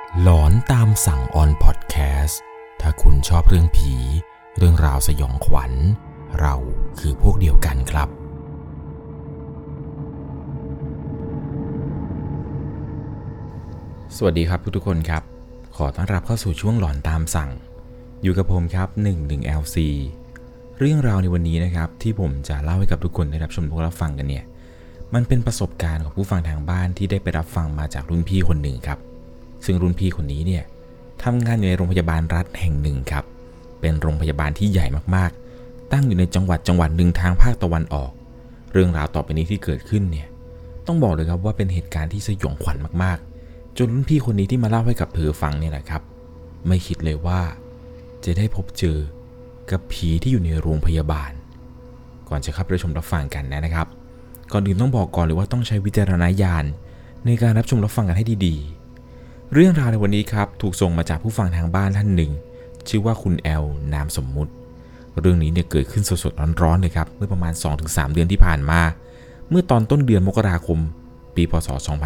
หลอนตามสั่งออนพอดแคสต์ถ้าคุณชอบเรื่องผีเรื่องราวสยองขวัญเราคือพวกเดียวกันครับสวัสดีครับทุกคนครับขอต้อนรับเข้าสู่ช่วงหลอนตามสั่งอยู่กับผมครับ11LC เรื่องราวในวันนี้นะครับที่ผมจะเล่าให้กับทุกคนได้รับชมและรับฟังกันเนี่ยมันเป็นประสบการณ์ของผู้ฟังทางบ้านที่ได้ไปรับฟังมาจากรุ่นพี่คนหนึ่งครับซึ่งรุ่นพี่คนนี้เนี่ยทำงานอยู่ในโรงพยาบาลรัฐแห่งหนึ่งครับเป็นโรงพยาบาลที่ใหญ่มากๆตั้งอยู่ในจังหวัดหนึ่งทางภาคตะวันออกเรื่องราวต่อไปนี้ที่เกิดขึ้นเนี่ยต้องบอกเลยครับว่าเป็นเหตุการณ์ที่สยองขวัญมากๆจนรุ่นพี่คนนี้ที่มาเล่าให้กับเธอฟังเนี่ยแหละครับไม่คิดเลยว่าจะได้พบเจอกับผีที่อยู่ในโรงพยาบาลก่อนจะเข้าไปชมรับฟังกันนะครับก่อนอื่นต้องบอกก่อนเลยว่าต้องใช้วิจารณญาณในการรับชมรับฟังกันให้ดีๆเรื่องราวในวันนี้ครับถูกส่งมาจากผู้ฟังทางบ้านท่านหนึ่งชื่อว่าคุณแอลนามสมมุติเรื่องนี้เนี่ยเกิดขึ้นสดๆร้อนๆเลยครับเมื่อประมาณ 2-3 เดือนที่ผ่านมาเมื่อตอนต้นเดือนมกราคมปีพ.ศ.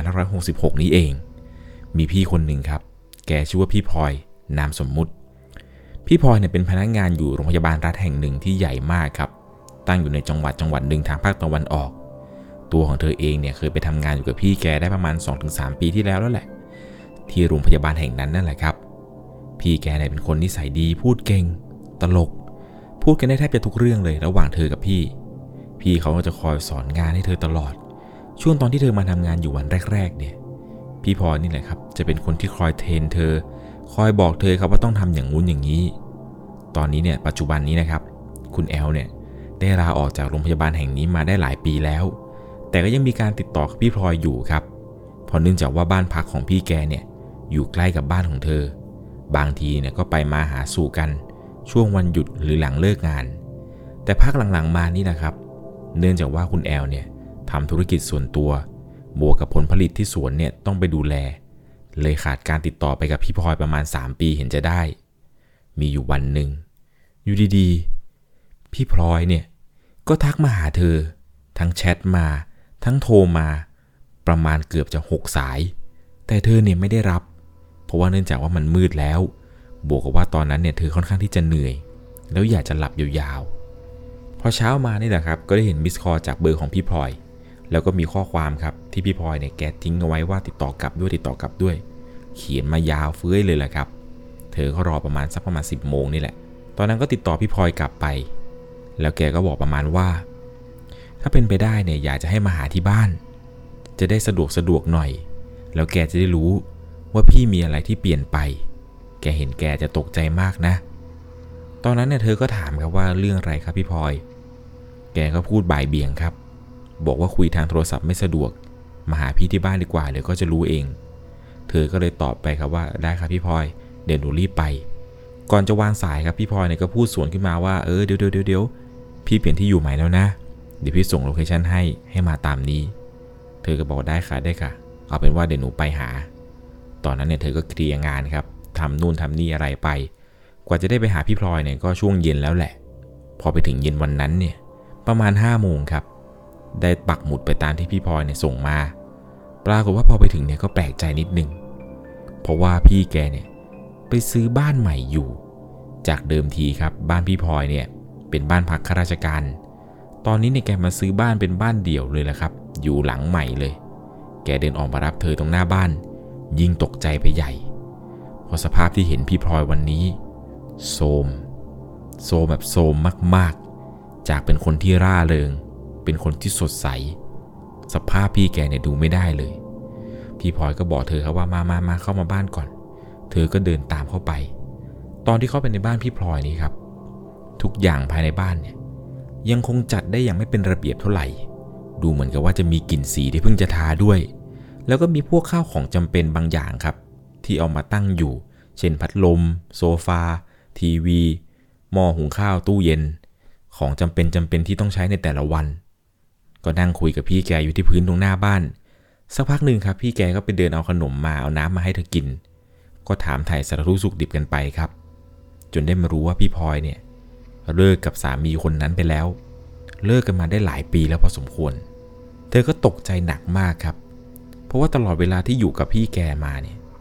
2566นี้เองมีพี่คนหนึ่งครับแกชื่อว่าพี่พลอยนามสมมุติพี่พลอยเนี่ยเป็นพนักงานอยู่โรงพยาบาลรัฐแห่งหนึ่งที่ใหญ่มากครับตั้งอยู่ในจังหวัดหนึ่งทางภาคตะวันออกตัวของเธอเองเนี่ยเคยไปทำงานอยู่กับพี่แกได้ประมาณ 2-3 ปีที่แล้วแหละที่โรงพยาบาลแห่งนั้นนั่นแหละครับพี่แกเนี่ยเป็นคนนิสัยดีพูดเก่งตลกพูดกันได้แทบจะทุกเรื่องเลยระหว่างเธอกับพี่เขาก็จะคอยสอนงานให้เธอตลอดช่วงตอนที่เธอมาทำงานอยู่วันแรกๆเนี่ยพี่พลอยนี่แหละครับจะเป็นคนที่คอยเทรนเธอคอยบอกเธอครับว่าต้องทำอย่างงู้นอย่างนี้ตอนนี้เนี่ยปัจจุบันนี้นะครับคุณแอลเนี่ยได้ลาออกจากโรงพยาบาลแห่งนี้มาได้หลายปีแล้วแต่ก็ยังมีการติดต่อกับพี่พลอยอยู่ครับเพราะเนื่องจากว่าบ้านพักของพี่แกเนี่ยอยู่ใกล้กับบ้านของเธอบางทีเนี่ยก็ไปมาหาสู่กันช่วงวันหยุดหรือหลังเลิกงานแต่พักหลังๆมานี่นะครับเนื่องจากว่าคุณแอลเนี่ยทำธุรกิจส่วนตัวบวกกับผลผลิตที่สวนเนี่ยต้องไปดูแลเลยขาดการติดต่อไปกับพี่พลอยประมาณ3 ปีเห็นจะได้มีอยู่วันหนึ่งอยู่ดีๆพี่พลอยเนี่ยก็ทักมาหาเธอทั้งแชทมาทั้งโทรมาประมาณเกือบจะ6 สายแต่เธอเนี่ยไม่ได้รับเพราะว่าเนื่องจากว่ามันมืดแล้วบวกกับว่าตอนนั้นเนี่ยเธอค่อนข้างที่จะเหนื่อยแล้วอยากจะหลับยาวๆพอเช้ามานี่แหละครับก็ได้เห็นมิสคอลจากเบอร์ของพี่พลอยแล้วก็มีข้อความครับที่พี่พลอยเนี่ยแกทิ้งเอาไว้ว่าติดต่อกลับด้วยเขียนมายาวเฟ้ยเลยแหละครับเธอก็รอประมาณ10 โมงนี่แหละตอนนั้นก็ติดต่อพี่พลอยกลับไปแล้วแกก็บอกประมาณว่าถ้าเป็นไปได้เนี่ยอยากจะให้มาหาที่บ้านจะได้สะดวกหน่อยแล้วแกจะได้รู้ว่าพี่มีอะไรที่เปลี่ยนไปแกเห็นแกจะตกใจมากนะตอนนั้นเนี่ยเธอก็ถามครับว่าเรื่องอะไรครับพี่พลอยแกก็พูดบ่ายเบี่ยงครับบอกว่าคุยทางโทรศัพท์ไม่สะดวกมาหาพี่ที่บ้านดีกว่าเดี๋ยวก็จะรู้เองเธอก็เลยตอบไปครับว่าได้ครับพี่พลอยเดี๋ยวหนูรีบไปก่อนจะวางสายครับพี่พลอยเนี่ยก็พูดสวนขึ้นมาว่าเดี๋ยวพี่เปลี่ยนที่อยู่ใหม่แล้วนะเดี๋ยวพี่ส่งโลเคชั่นให้มาตามนี้เธอก็บอกได้ค่ะเอาเป็นว่าเดี๋ยวหนูไปหาตอนนั้นเนี่ยเธอก็เคลียร์งานครับทำนู่นทำนี่อะไรไปกว่าจะได้ไปหาพี่พลอยเนี่ยก็ช่วงเย็นแล้วแหละพอไปถึงเย็นวันนั้นเนี่ยประมาณ5 โมงครับได้ปักหมุดไปตามที่พี่พลอยเนี่ยส่งมาปรากฏว่าพอไปถึงเนี่ยก็แปลกใจนิดนึงเพราะว่าพี่แกเนี่ยไปซื้อบ้านใหม่อยู่จากเดิมทีครับบ้านพี่พลอยเนี่ยเป็นบ้านพักข้าราชการตอนนี้เนี่ยแกมาซื้อบ้านเป็นบ้านเดี่ยวเลยแหละครับอยู่หลังใหม่เลยแกเดินออกมารับเธอตรงหน้าบ้านยิ่งตกใจไปใหญ่เพราะสภาพที่เห็นพี่พลอยวันนี้โทรมแบบโทรมมากๆจากเป็นคนที่ร่าเริงเป็นคนที่สดใสสภาพพี่แกเนี่ยดูไม่ได้เลยพี่พลอยก็บอกเธอครับว่ามาเข้ามาบ้านก่อนเธอก็เดินตามเข้าไปตอนที่เข้าไปในบ้านพี่พลอยนี่ครับทุกอย่างภายในบ้านเนี่ยยังคงจัดได้อย่างไม่เป็นระเบียบเท่าไหร่ดูเหมือนกับว่าจะมีกลิ่นสีที่เพิ่งจะทาด้วยแล้วก็มีพวกข้าวของจำเป็นบางอย่างครับที่เอามาตั้งอยู่เช่นพัดลมโซฟาทีวีหม้อหุงข้าวตู้เย็นของจำเป็นที่ต้องใช้ในแต่ละวันก็นั่งคุยกับพี่แกอยู่ที่พื้นตรงหน้าบ้านสักพักหนึ่งครับพี่แกก็ไปเดินเอาขนมมาเอาน้ำมาให้เธอกินก็ถามไถ่สารทุกข์สุขดิบกันไปครับจนได้มารู้ว่าพี่พลอยเนี่ยเลิกกับสามีคนนั้นไปแล้วเลิกกันมาได้หลายปีแล้วพอสมควรเธอก็ตกใจหนักมากครับเพราะว่าตลอดเวลาที่อยู่กับพี่แกมาเนี่ยพ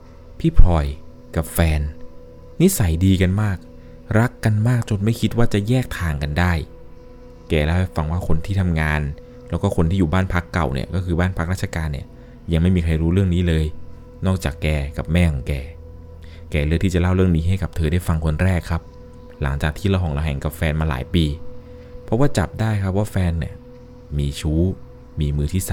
พี่พลอยกับแฟนนิสัยดีกันมากรักกันมากจนไม่คิดว่าจะแยกทางกันได้แกเล่าให้ฟังว่าคนที่ทำงานแล้วก็คนที่อยู่บ้านพักเก่าเนี่ยก็คือบ้านพักราชการเนี่ยยังไม่มีใครรู้เรื่องนี้เลยนอกจากแกกับแม่ของแกเลือกที่จะเล่าเรื่องนี้ให้กับเธอได้ฟังคนแรกครับหลังจากที่ระหองระแหงกับแฟนมาหลายปีเพราะว่าจับได้ครับว่าแฟนเนี่ยมีชู้มีมือที่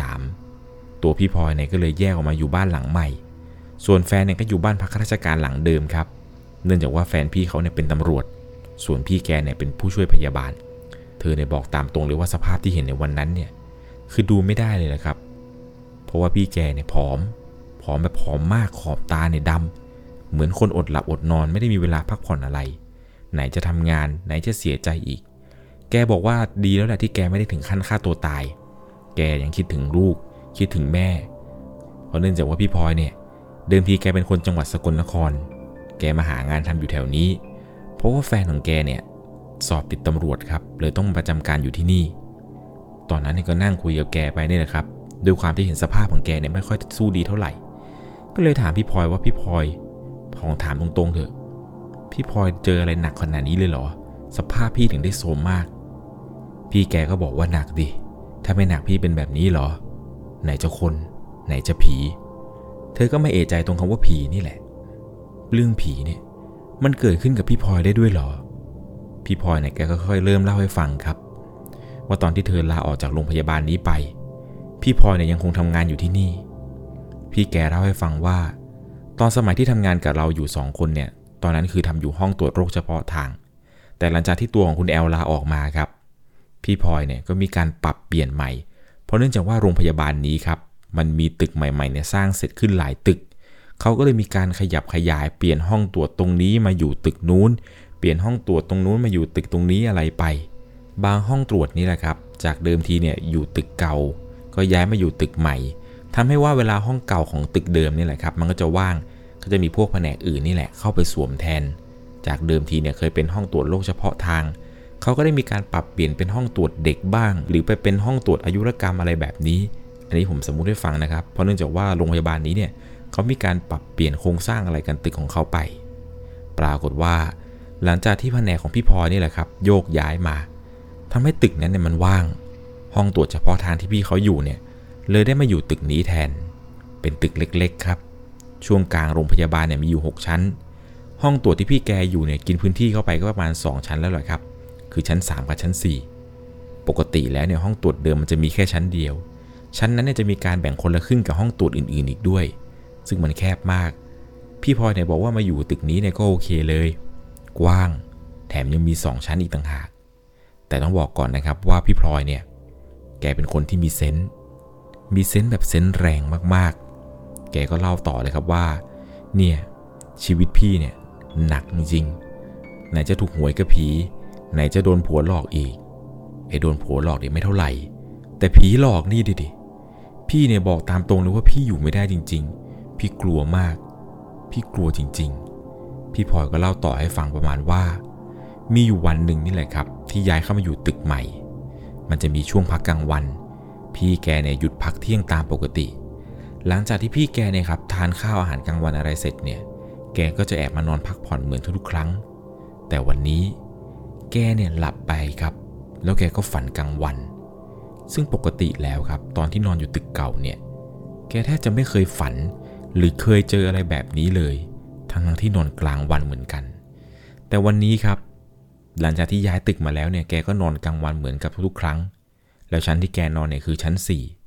3ตัวพี่พลอยเนี่ยก็เลยแยกออกมาอยู่บ้านหลังใหม่ส่วนแฟนเนี่ยก็อยู่บ้านพักราชการหลังเดิมครับเนื่องจากว่าแฟนพี่เขาเนี่ยเป็นตำรวจส่วนพี่แกเนี่ยเป็นผู้ช่วยพยาบาลเธอเนี่ยบอกตามตรงเลยว่าสภาพที่เห็นในวันนั้นเนี่ยคือดูไม่ได้เลยนะครับเพราะว่าพี่แกเนี่ยผอมแบบผอมมากขอบตาเนี่ยดำเหมือนคนอดหลับอดนอนไม่ได้มีเวลาพักผ่อนอะไรไหนจะทำงานไหนจะเสียใจอีกแกบอกว่าดีแล้วแหละที่แกไม่ได้ถึงขั้นฆ่าตัวตายแกยังคิดถึงลูกคิดถึงแม่เพราะเนื่องจากว่าพี่พลอยเนี่ยเดิมทีแกเป็นคนจังหวัดสกลนครแกมาหางานทำอยู่แถวนี้เพราะว่าแฟนของแกเนี่ยสอบติดตำรวจครับเลยต้องประจำการอยู่ที่นี่ตอนนั้นก็นั่งคุยกับแกไปนี่แหละครับด้วยความที่เห็นสภาพของแกเนี่ยไม่ค่อยสู้ดีเท่าไหร่ก็เลยถามพี่พลอยว่าพี่พลอยพองถามตรงๆเถอะพี่พลอยเจออะไรหนักขนาดนี้เลยเหรอสภาพพี่ถึงได้โทรมมากพี่แกก็บอกว่าหนักดิถ้าไม่หนักพี่เป็นแบบนี้เหรอไหนจะคนไหนจะผีเธอก็ไม่เอะใจตรงคำว่าผีนี่แหละเรื่องผีเนี่ยมันเกิดขึ้นกับพี่พลอยได้ด้วยเหรอพี่พลอยเนี่ยแกก็ค่อยเริ่มเล่าให้ฟังครับว่าตอนที่เธอลาออกจากโรงพยาบาลนี้ไปพี่พลอยเนี่ยยังคงทำงานอยู่ที่นี่พี่แกเล่าให้ฟังว่าตอนสมัยที่ทำงานกับเราอยู่2คนเนี่ยตอนนั้นคือทำอยู่ห้องตรวจโรคเฉพาะทางแต่หลังจากที่ตัวของคุณแอลลาออกมาครับพี่พลอยเนี่ยก็มีการปรับเปลี่ยนใหม่เพราะเนื่องจากว่าโรงพยาบาลนี้ครับมันมีตึกใหม่ๆเนี่ยสร้างเสร็จขึ้นหลายตึกเขาก็เลยมีการขยับขยายเปลี่ยนห้องตรวจตรงนี้มาอยู่ตึกนู้นเปลี่ยนห้องตรวจตรงนู้นมาอยู่ตึกตรงนี้อะไรไปบางห้องตรวจนี่แหละครับจากเดิมทีเนี่ยอยู่ตึกเก่าก็ย้ายมาอยู่ตึกใหม่ทำให้ว่าเวลาห้องเก่าของตึกเดิมนี่แหละครับมันก็จะว่างก็จะมีพวกแผนกอื่นนี่แหละเข้าไปสวมแทนจากเดิมทีเนี่ยเคยเป็นห้องตรวจโรคเฉพาะทางเขาก็ได้มีการปรับเปลี่ยนเป็นห้องตรวจเด็กบ้างหรือไปเป็นห้องตรวจอายุรกรรมอะไรแบบนี้อันนี้ผมสมมุติให้ฟังนะครับเพราะเนื่องจากว่าโรงพยาบาลนี้เนี่ยเขามีการปรับเปลี่ยนโครงสร้างอะไรกันตึกของเขาไปปรากฏว่าหลังจากที่แผนกของพี่พลอยนี่แหละครับโยกย้ายมาทำให้ตึกนั้นเนี่ยมันว่างห้องตรวจเฉพาะทางที่พี่เขาอยู่เนี่ยเลยได้มาอยู่ตึกนี้แทนเป็นตึกเล็กๆครับช่วงกลางโรงพยาบาลเนี่ยมีอยู่6ชั้นห้องตรวจที่พี่แกอยู่เนี่ยกินพื้นที่เข้าไปก็ประมาณ2ชั้นแล้วแหละครับคือชั้น3กับชั้น4ปกติแล้วเนี่ยห้องตรวจเดิมมันจะมีแค่ชั้นเดียวชั้นนั้นเนี่ยจะมีการแบ่งคนละครึ่งกับห้องตรวจอื่นๆอีกด้วยซึ่งมันแคบมากพี่พลอยเนี่ยบอกว่ามาอยู่ตึกนี้เนี่ยก็โอเคเลยกว้างแถมยังมี2ชั้นอีกต่างหากแต่ต้องบอกก่อนนะครับว่าพี่พลอยเนี่ยแกเป็นคนที่มีเซนส์แบบเซนส์แรงมากๆแกก็เล่าต่อเลยครับว่าเนี่ยชีวิตพี่เนี่ยหนักจริงๆไหนจะถูกหวยกับผีไหนจะโดนผัวหลอกอีกไอ้โดนผัวหลอกเนี่ยไม่เท่าไหร่แต่ผีหลอกนี่ดิพี่เนี่ยบอกตามตรงเลยว่าพี่อยู่ไม่ได้จริงๆพี่กลัวมากพี่กลัวจริงๆพี่พลอยก็เล่าต่อให้ฟังประมาณว่ามีอยู่วันหนึ่งนี่แหละครับที่ย้ายเข้ามาอยู่ตึกใหม่มันจะมีช่วงพักกลางวันพี่แกเนี่ยหยุดพักเที่ยงตามปกติหลังจากที่พี่แกเนี่ยครับทานข้าวอาหารกลางวันอะไรเสร็จเนี่ยแกก็จะแอบมานอนพักผ่อนเหมือนทุกครั้งแต่วันนี้แกเนี่ยหลับไปครับแล้วแกก็ฝันกลางวันซึ่งปกติแล้วครับตอนที่นอนอยู่ตึกเก่าเนี่ยแกแทบจะไม่เคยฝันหรือเคยเจออะไรแบบนี้เลยทั้งที่นอนกลางวันเหมือนกันแต่วันนี้ครับหลังจากที่ย้ายตึกมาแล้วเนี่ยแกก็นอนกลางวันเหมือนกับทุกครั้งแล้วชั้นที่แกนอนเนี่ยคือชั้น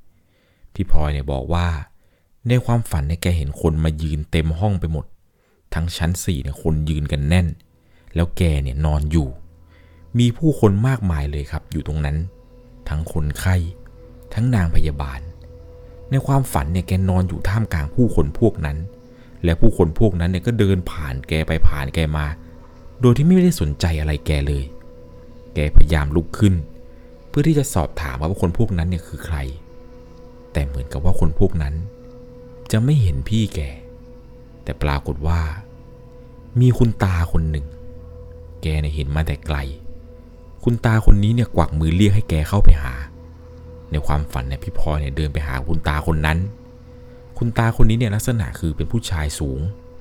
4พี่พลอยเนี่ยบอกว่าในความฝันเนี่ยแกเห็นคนมายืนเต็มห้องไปหมดทั้งชั้น4เนี่ยคนยืนกันแน่นแล้วแกเนี่ยนอนอยู่มีผู้คนมากมายเลยครับอยู่ตรงนั้นทั้งคนไข้ทั้งนางพยาบาลในความฝันเนี่ยแกนอนอยู่ท่ามกลางผู้คนพวกนั้นและผู้คนพวกนั้นเนี่ยก็เดินผ่านแกไปผ่านแกมาโดยที่ไม่ได้สนใจอะไรแกเลยแกพยายามลุกขึ้นเพื่อที่จะสอบถามว่าคนพวกนั้นเนี่ยคือใครแต่เหมือนกับว่าคนพวกนั้นจะไม่เห็นพี่แกแต่ปรากฏว่ามีคุณตาคนหนึ่งแกเนี่ยเห็นมาแต่ไกลคุณตาคนนี้เนี่ยกวักมือเรียกให้แกเข้าไปหาในความฝันเนี่ยพี่พลอยเนี่ยเดินไปหาคุณตาคนนั้นคุณตาคนนี้เนี่ยลักษณะคือเป็นผู้ชายสูง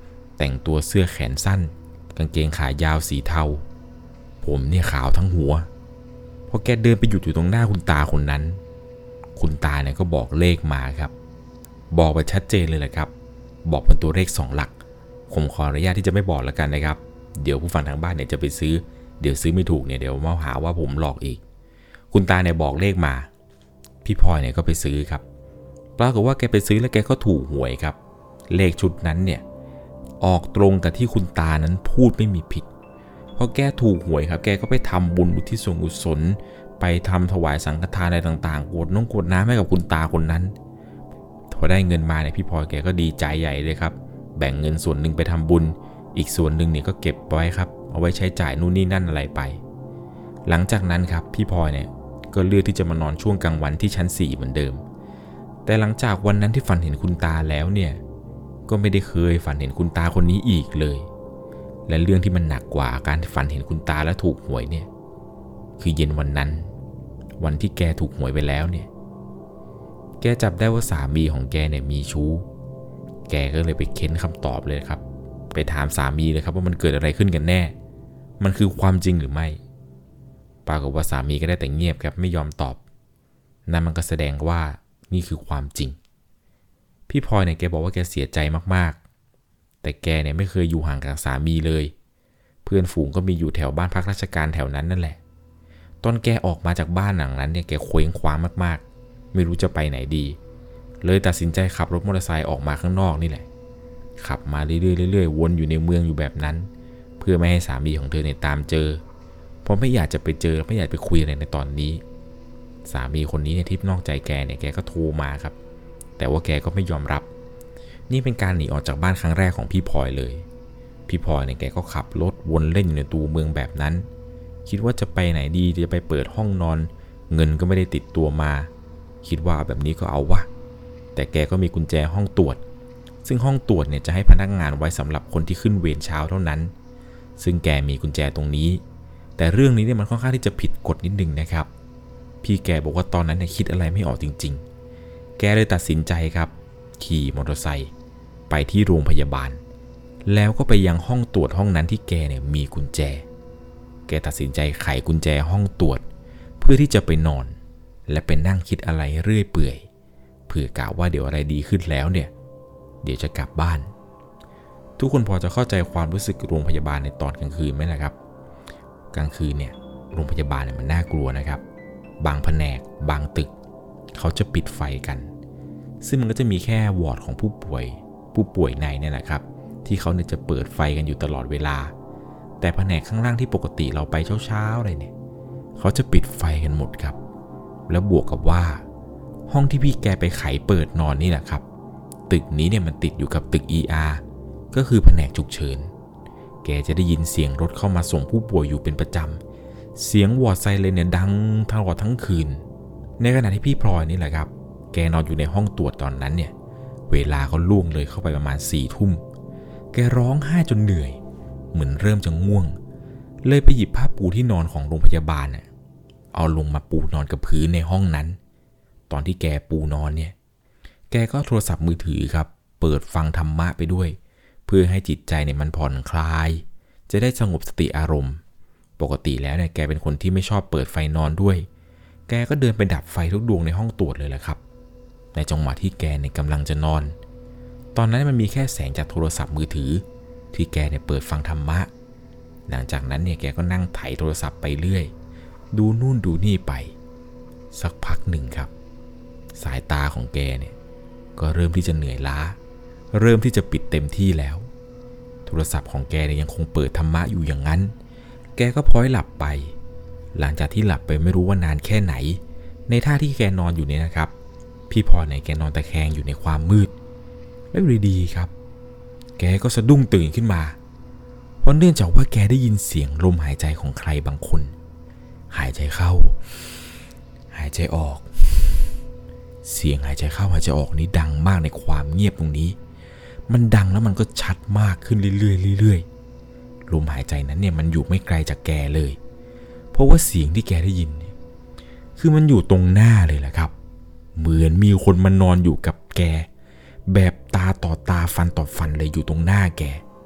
แต่งตัวเสื้อแขนสั้นกางเกงขายาวสีเทาผมเนี่ยขาวทั้งหัวพอแกเดินไปหยุดอยู่ตรงหน้าคุณตาคนนั้นคุณตาเนี่ยก็บอกเลขมาครับบอกไปชัดเจนเลยแหละครับบอกเป็นตัวเลข2 หลักผมขออนุญาตที่จะไม่บอกแล้วกันนะครับเดี๋ยวผู้ฟังทางบ้านเนี่ยจะไปซื้อเดี๋ยวซื้อไม่ถูกเนี่ยเดี๋ยวมาหาว่าผมหลอกอีกคุณตาเนี่ยบอกเลขมาพี่พลอยเนี่ยก็ไปซื้อครับปรากฏว่าแกไปซื้อแล้วแกก็ถูกหวยครับเลขชุดนั้นเนี่ยออกตรงกับที่คุณตานั้นพูดไม่มีผิดพอแกถูกหวยครับแกก็ไปทำบุญอุทิศส่วนกุศลไปทำถวายสังฆทานอะไรต่างๆกรวดน้ำให้กับคุณตาคนนั้นพอได้เงินมาเนี่ยพี่พลอยแกก็ดีใจใหญ่เลยครับแบ่งเงินส่วนหนึ่งไปทำบุญอีกส่วนหนึ่งเนี่ยก็เก็บไว้ครับเอาไว้ใช้จ่ายนู่นนี่นั่นอะไรไปหลังจากนั้นครับพี่พลอยเนี่ยก็เลือกที่จะมานอนช่วงกลางวันที่ชั้น4เหมือนเดิมแต่หลังจากวันนั้นที่ฝันเห็นคุณตาแล้วเนี่ยก็ไม่ได้เคยฝันเห็นคุณตาคนนี้อีกเลยและเรื่องที่มันหนักกว่าการฝันเห็นคุณตาและถูกหวยเนี่ยคือเย็นวันนั้นวันที่แกถูกหวยไปแล้วเนี่ยแกจับได้ว่าสามีของแกเนี่ยมีชู้แกก็เลยไปเค้นคำตอบเลยครับไปถามสามีเลยครับว่ามันเกิดอะไรขึ้นกันแน่มันคือความจริงหรือไม่ปรากฏว่าสามีก็ได้แต่เงียบครับไม่ยอมตอบนั่นมันก็แสดงว่านี่คือความจริงพี่พลอยเนี่ยแกบอกว่าแกเสียใจมากๆแต่แกเนี่ยไม่เคยอยู่ห่างจากสามีเลยเพื่อนฝูงก็มีอยู่แถวบ้านพักราชการแถวนั้นนั่นแหละตอนแกออกมาจากบ้านหลังนั้นเนี่ยแกเคว้งคว้างมากๆไม่รู้จะไปไหนดีเลยตัดสินใจขับรถมอเตอร์ไซค์ออกมาข้างนอกนี่แหละขับมาเรื่อยๆวนอยู่ในเมืองอยู่แบบนั้นเพื่อไม่ให้สามีของเธอเนี่ยตามเจอเพราะไม่อยากจะไปเจอไม่อยากไปคุยอะไรในตอนนี้สามีคนนี้เนี่ยที่นอกใจแกเนี่ยแกก็โทรมาครับแต่ว่าแกก็ไม่ยอมรับนี่เป็นการหนีออกจากบ้านครั้งแรกของพี่พลอยเลยพี่พลอยเนี่ยแกก็ขับรถวนเล่นอยู่ในตัวเมืองแบบนั้นคิดว่าจะไปไหนดีจะไปเปิดห้องนอนเงินก็ไม่ได้ติดตัวมาคิดว่าแบบนี้ก็เอาวะแต่แกก็มีกุญแจห้องตรวจซึ่งห้องตรวจเนี่ยจะให้พนักงานไว้สำหรับคนที่ขึ้นเวรเช้าเท่านั้นซึ่งแกมีกุญแจตรงนี้แต่เรื่องนี้เนี่ยมันค่อนข้างที่จะผิดกฎนิดนึงนะครับพี่แกบอกว่าตอนนั้นเนี่ยคิดอะไรไม่ออกจริงๆแกเลยตัดสินใจครับขี่มอเตอร์ไซค์ไปที่โรงพยาบาลแล้วก็ไปยังห้องตรวจห้องนั้นที่แกเนี่ยมีกุญแจแกตัดสินใจไขกุญแจห้องตรวจเพื่อที่จะไปนอนและไปนั่งคิดอะไรเรื่อยเปื่อยเผื่อกะว่าเดี๋ยวอะไรดีขึ้นแล้วเนี่ยเดี๋ยวจะกลับบ้านทุกคนพอจะเข้าใจความรู้สึกโรงพยาบาลในตอนกลางคืนไหมล่ะครับกลางคืนเนี่ยโรงพยาบาลเนี่ยมันน่ากลัวนะครับบางแผนกบางตึกเขาจะปิดไฟกันซึ่งมันก็จะมีแค่วอร์ดของผู้ป่วยในเนี่ยแหละครับที่เขาเนี่ยจะเปิดไฟกันอยู่ตลอดเวลาแต่แผนกข้างล่างที่ปกติเราไปเช้าๆอะไรเนี่ยเขาจะปิดไฟกันหมดครับแล้วบวกกับว่าห้องที่พี่แกไปไขเปิดนอนนี่แหละครับตึกนี้เนี่ยมันติดอยู่กับตึก ER ก็คือแผนกฉุกเฉินแกจะได้ยินเสียงรถเข้ามาส่งผู้ป่วยอยู่เป็นประจำเสียงวอร์ดไซเรนเนี่ยดังตลอดทั้งคืนในขณะที่พี่พลอยนี่แหละครับแกนอนอยู่ในห้องตรวจตอนนั้นเนี่ยเวลาก็ล่วงเลยเข้าไปประมาณ4 ทุ่มแกร้องไห้จนเหนื่อยเหมือนเริ่มจะง่วงเลยไปหยิบผ้าปูที่นอนของโรงพยาบาลน่ะเอาลงมาปูนอนกับพื้นในห้องนั้นตอนที่แกปูนอนเนี่ยแกก็โทรศัพท์มือถือครับเปิดฟังธรรมะไปด้วยเพื่อให้จิตใจเนี่ยมันผ่อนคลายจะได้สงบสติอารมณ์ปกติแล้วเนี่ยแกเป็นคนที่ไม่ชอบเปิดไฟนอนด้วยแกก็เดินไปดับไฟทุกดวงในห้องตรวจเลยแหละครับในจังหวะที่แกเนี่ยกำลังจะนอนตอนนั้นมันมีแค่แสงจากโทรศัพท์มือถือที่แกเนี่ยเปิดฟังธรรมะหลังจากนั้นเนี่ยแกก็นั่งไถโทรศัพท์ไปเรื่อยดูนู่นดูนี่ไปสักพักหนึ่งครับสายตาของแกเนี่ยก็เริ่มที่จะเหนื่อยล้าเริ่มที่จะปิดเต็มที่แล้วโทรศัพท์ของแกเนี่ยยังคงเปิดธรรมะอยู่อย่างนั้นแกก็พลอยหลับไปหลังจากที่หลับไปไม่รู้ว่านานแค่ไหนในท่าที่แกนอนอยู่เนี่ยนะครับพี่พลอยเนี่ยแกนอนตะแคงอยู่ในความมืดแล้วอยู่ดีๆครับแกก็สะดุ้งตื่นขึ้นมาเพราะเนื่องจากว่าแกได้ยินเสียงลมหายใจของใครบางคนหายใจเข้าหายใจออกเสียงหายใจเข้าหายใจออกนี้ดังมากในความเงียบตรงนี้มันดังแล้วมันก็ชัดมากขึ้นเรื่อยๆลมหายใจนั้นเนี่ยมันอยู่ไม่ไกลจากแกเลยเพราะว่าเสียงที่แกได้ยินเนี่ยคือมันอยู่ตรงหน้าเลยแหละครับเหมือนมีคนมานอนอยู่กับแกแบบตาต่อตาฟันต่อฟันเลยอยู่ตรงหน้าแก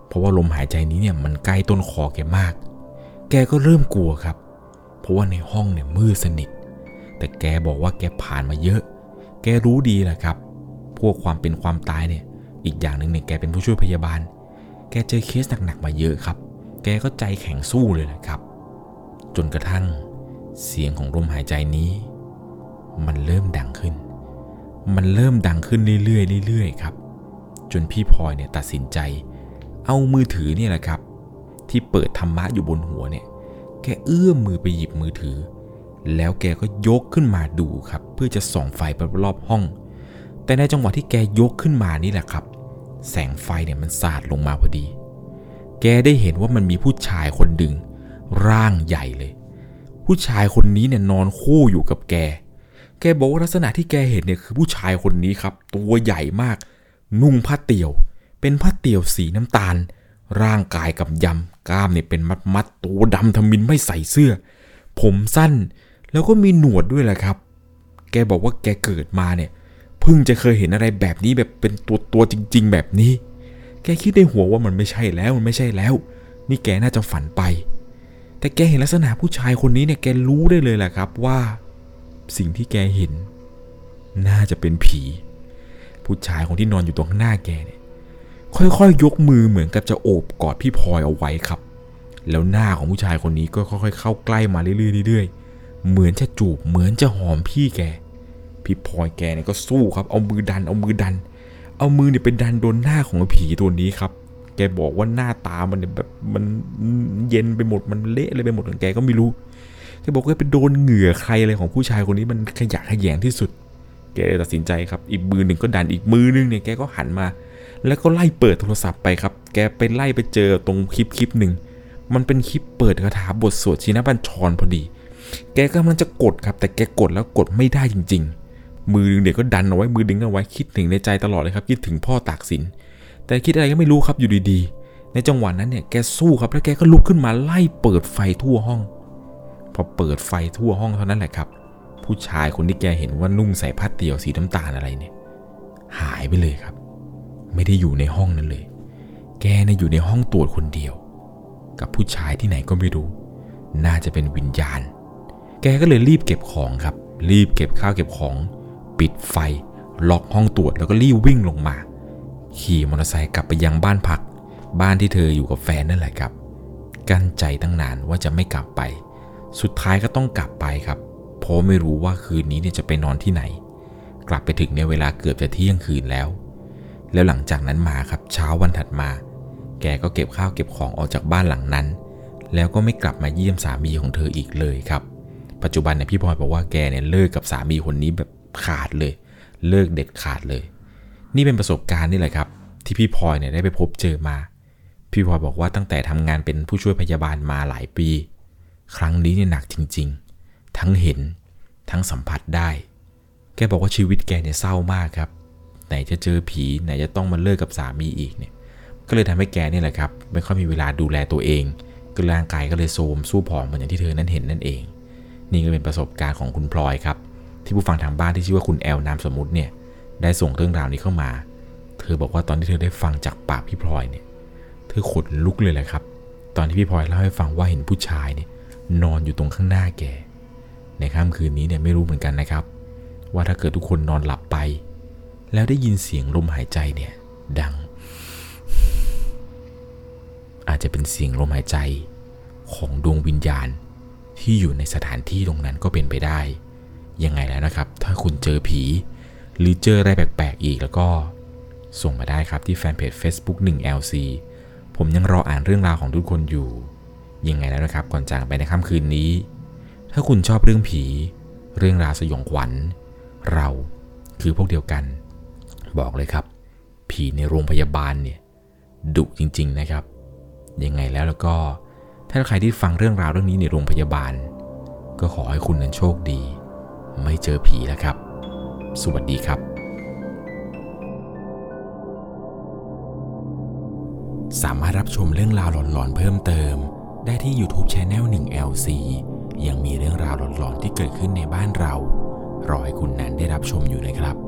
เพราะว่าลมหายใจนี้เนี่ยมันใกล้ต้นคอแกมากแกก็เริ่มกลัวครับเพราะว่าในห้องเนี่ยมืดสนิทแต่แกบอกว่าแกผ่านมาเยอะแกรู้ดีแหละครับพวกความเป็นความตายเนี่ยอีกอย่างหนึ่งเนี่ยแกเป็นผู้ช่วยพยาบาลแกเจอเคสหนักๆมาเยอะครับแกก็ใจแข็งสู้เลยแหละครับจนกระทั่งเสียงของลมหายใจนี้มันเริ่มดังขึ้นเรื่อยๆครับจนพี่พลอยเนี่ยตัดสินใจเอามือถือเนี่ยแหละครับที่เปิดธรรมะอยู่บนหัวเนี่ยแกเอื้อมมือไปหยิบมือถือแล้วแกก็ยกขึ้นมาดูครับเพื่อจะส่องไฟไปรอบห้องแต่ในจังหวะที่แกยกขึ้นมานี่แหละครับแสงไฟเนี่ยมันสาดลงมาพอดีแกได้เห็นว่ามันมีผู้ชายคนหนึ่งร่างใหญ่เลยผู้ชายคนนี้เนี่ยนอนคู่อยู่กับแกบอกว่าลักษณะที่แกเห็นเนี่ยคือผู้ชายคนนี้ครับตัวใหญ่มากนุ่งผ้าเตี่ยวเป็นผ้าเตี่ยวสีน้ำตาลร่างกายกำยำกล้ามเนี่ยเป็นมัดตัวดำทมิฬไม่ใส่เสื้อผมสั้นแล้วก็มีหนวดด้วยแหละครับแกบอกว่าแกเกิดมาเนี่ยเพิ่งจะเคยเห็นอะไรแบบนี้แบบเป็นตัวจริงๆแบบนี้แกคิดในหัวว่ามันไม่ใช่แล้วนี่แกน่าจะฝันไปแต่แกเห็นลักษณะผู้ชายคนนี้เนี่ยแกรู้ได้เลยแหละครับว่าสิ่งที่แกเห็นน่าจะเป็นผีผู้ชายคนที่นอนอยู่ตรงหน้าแกเนี่ยค่อยๆยกมือเหมือนกับจะโอบกอดพี่พลอยเอาไว้ครับแล้วหน้าของผู้ชายคนนี้ก็ค่อยๆเข้าใกล้มาเรื่อยๆเหมือนจะจูบเหมือนจะหอมพี่พลอยแกเนี่ยก็สู้ครับเอามือเนี่ยไปดันโดนหน้าของผีตัวนี้ครับแกบอกว่าหน้าตามันเนี่ยแบบมันเย็นไปหมดมันเละเลยไปหมดแกก็ไม่รู้แกบอกว่าไปโดนเหงื่อใครอะไรของผู้ชายคนนี้มันขยะแขยงที่สุดแกเลยตัดสินใจครับอีกมือหนึ่งก็ดันอีกมือนึงเนี่ยแกก็หันมาแล้วก็ไล่เปิดโทรศัพท์ไปครับแกไปไล่ไปเจอตรงคลิปหนึ่งมันเป็นคลิปเปิดคาถาบทสวดชินบัญชรพอดีแกก็มันจะกดครับแต่แกกดแล้วกดไม่ได้จริงๆมือนึงเดี๋ยวก็ดันเอาไว้มือดึงเอาไว้คิดถึงในใจตลอดเลยครับคิดถึงพ่อตากสินแต่คิดอะไรก็ไม่รู้ครับอยู่ดีๆในจังหวะนั้นเนี่ยแกสู้ครับแล้วแกก็ลุกขึ้นมาไล่เปิดไฟทั่วห้องพอเปิดไฟทั่วห้องเท่านั้นแหละครับผู้ชายคนที่แกเห็นว่านุ่งใส่ผ้าเตี่ยวสีน้ำตาลอะไรเนี่ยหายไปเลยครับไม่ได้อยู่ในห้องนั้นเลยแกเนี่ยอยู่ในห้องตรวจคนเดียวกับผู้ชายที่ไหนก็ไม่รู้น่าจะเป็นวิญญาณแกก็เลยรีบเก็บของครับรีบเก็บข้าวเก็บของปิดไฟล็อกห้องตรวจแล้วก็รีบวิ่งลงมาขี่มอเตอร์ไซค์กลับไปยังบ้านพักบ้านที่เธออยู่กับแฟนนั่นแหละครับกั้นใจตั้งนานว่าจะไม่กลับไปสุดท้ายก็ต้องกลับไปครับเพราะไม่รู้ว่าคืนนี้เนี่ยจะไปนอนที่ไหนกลับไปถึงในเวลาเกือบจะเที่ยงคืนแล้วหลังจากนั้นมาครับเช้าวันถัดมาแกก็เก็บข้าวเก็บของออกจากบ้านหลังนั้นแล้วก็ไม่กลับมาเยี่ยมสามีของเธออีกเลยครับปัจจุบันเนี่ยพี่พลอยบอกว่าแกเนี่ยเลิกกับสามีคนนี้แบบขาดเลยเลิกเด็ดขาดเลยนี่เป็นประสบการณ์นี่แหละครับที่พี่พลอยเนี่ยได้ไปพบเจอมาพี่พลอยบอกว่าตั้งแต่ทำงานเป็นผู้ช่วยพยาบาลมาหลายปีครั้งนี้เนี่ยหนักจริงๆทั้งเห็นทั้งสัมผัสได้แกบอกว่าชีวิตแกเนี่ยเศร้ามากครับไหนจะเจอผีไหนจะต้องมาเลิกกับสามีอีกเนี่ยก็เลยทำให้แกนี่แหละครับไม่ค่อยมีเวลาดูแลตัวเองก็ร่างกายก็เลยโทรมสู้ผอมเหมือนอย่างที่เธอนั้นเห็นนั่นเองนี่ก็เป็นประสบการณ์ของคุณพลอยครับที่ผู้ฟังทางบ้านที่ชื่อว่าคุณแอลนามสมมุติเนี่ยได้ส่งเรื่องราวนี้เข้ามาเธอบอกว่าตอนที่เธอได้ฟังจากปากพี่พลอยเนี่ยเธอขนลุกเลยแหละครับตอนที่พี่พลอยเล่าให้ฟังว่าเห็นผู้ชายเนี่ยนอนอยู่ตรงข้างหน้าแกในค่ำคืนนี้เนี่ยไม่รู้เหมือนกันนะครับว่าถ้าเกิดทุกคนนอนหลับไปแล้วได้ยินเสียงลมหายใจเนี่ยดังอาจจะเป็นเสียงลมหายใจของดวงวิญญาณที่อยู่ในสถานที่ตรงนั้นก็เป็นไปได้ยังไงแล้วนะครับถ้าคุณเจอผีหรือเจออะไรแปลกๆอีกแล้วก็ส่งมาได้ครับที่แฟนเพจ Facebook 1LC ผมยังรออ่านเรื่องราวของทุกคนอยู่ยังไงแล้วนะครับก่อนจากไปในค่ำคืนนี้ถ้าคุณชอบเรื่องผีเรื่องราวสยองขวัญเราคือพวกเดียวกันบอกเลยครับผีในโรงพยาบาลเนี่ยดุจริงๆนะครับยังไงแล้วก็ถ้าใครที่ฟังเรื่องราวเรื่องนี้ในโรงพยาบาลก็ขอให้คุณนั้นโชคดีไม่เจอผีแล้วครับสวัสดีครับสามารถรับชมเรื่องราวหลอนๆเพิ่มเติมได้ที่ YouTube Channel 1LC ยังมีเรื่องราวหลอนๆที่เกิดขึ้นในบ้านเรารอให้คุณนั้นได้รับชมอยู่นะครับ